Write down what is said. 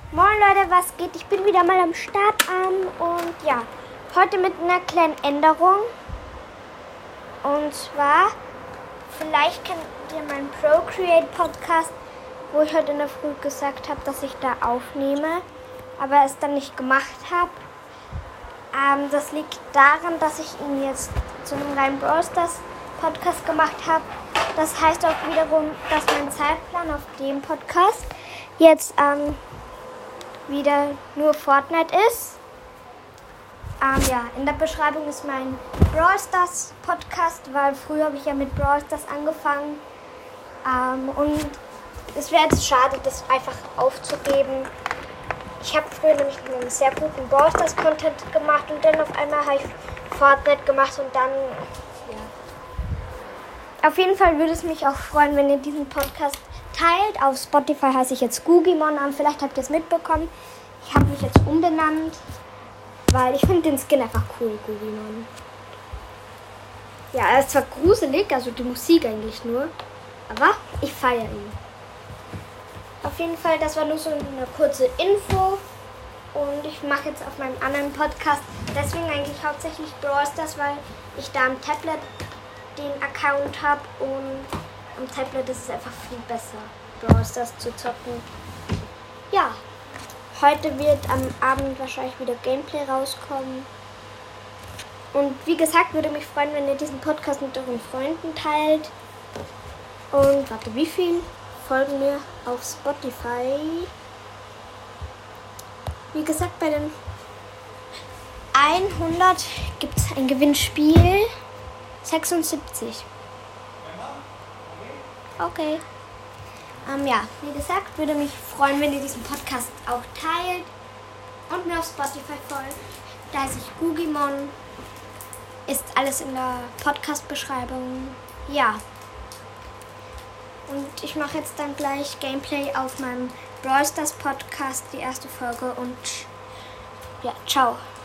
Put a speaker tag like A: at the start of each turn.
A: Moin Leute, was geht? Ich bin wieder mal am Start und ja, heute mit einer kleinen Änderung. Und zwar, vielleicht kennt ihr meinen Procreate Podcast, wo ich heute in der Früh gesagt habe, dass ich da aufnehme, aber es dann nicht gemacht habe. Das liegt daran, dass ich ihn jetzt zu einem reinen Brawl Stars Podcast gemacht habe. Das heißt auch wiederum, dass mein Zeitplan auf dem Podcast jetzt wieder nur Fortnite ist. Ja, in der Beschreibung ist mein Brawl Stars Podcast, weil früher habe ich ja mit Brawl Stars angefangen. Und es wäre jetzt schade, das einfach aufzugeben. Ich habe früher nämlich einen sehr guten Brawl Stars Content gemacht und dann auf einmal habe ich Fortnite gemacht und dann, ja. Auf jeden Fall würde es mich auch freuen, wenn ihr diesen Podcast teilt. Auf Spotify heiße ich jetzt Gugimon. Vielleicht habt ihr es mitbekommen. Ich habe mich jetzt umbenannt, weil ich finde den Skin einfach cool, Gugimon. Ja, er ist zwar gruselig, also die Musik eigentlich nur, aber ich feiere ihn. Auf jeden Fall, das war nur so eine kurze Info. Und ich mache jetzt auf meinem anderen Podcast deswegen eigentlich hauptsächlich Brawl Stars, weil ich da am Tablet den Account habe und am Tablet ist es einfach viel besser, Brawl Stars zu zocken. Ja, heute wird am Abend wahrscheinlich wieder Gameplay rauskommen. Und wie gesagt, würde mich freuen, wenn ihr diesen Podcast mit euren Freunden teilt. Und warte, wie viel folgen mir auf Spotify? Wie gesagt, bei den 100 gibt es ein Gewinnspiel. 76. Okay. Ja, wie gesagt, würde mich freuen, wenn ihr diesen Podcast auch teilt und mir auf Spotify folgt. Da heiße ich Gugimon. Ist alles in der Podcast-Beschreibung. Ja. Und ich mache jetzt dann gleich Gameplay auf meinem Brawl Stars Podcast, die erste Folge. Und ja, ciao.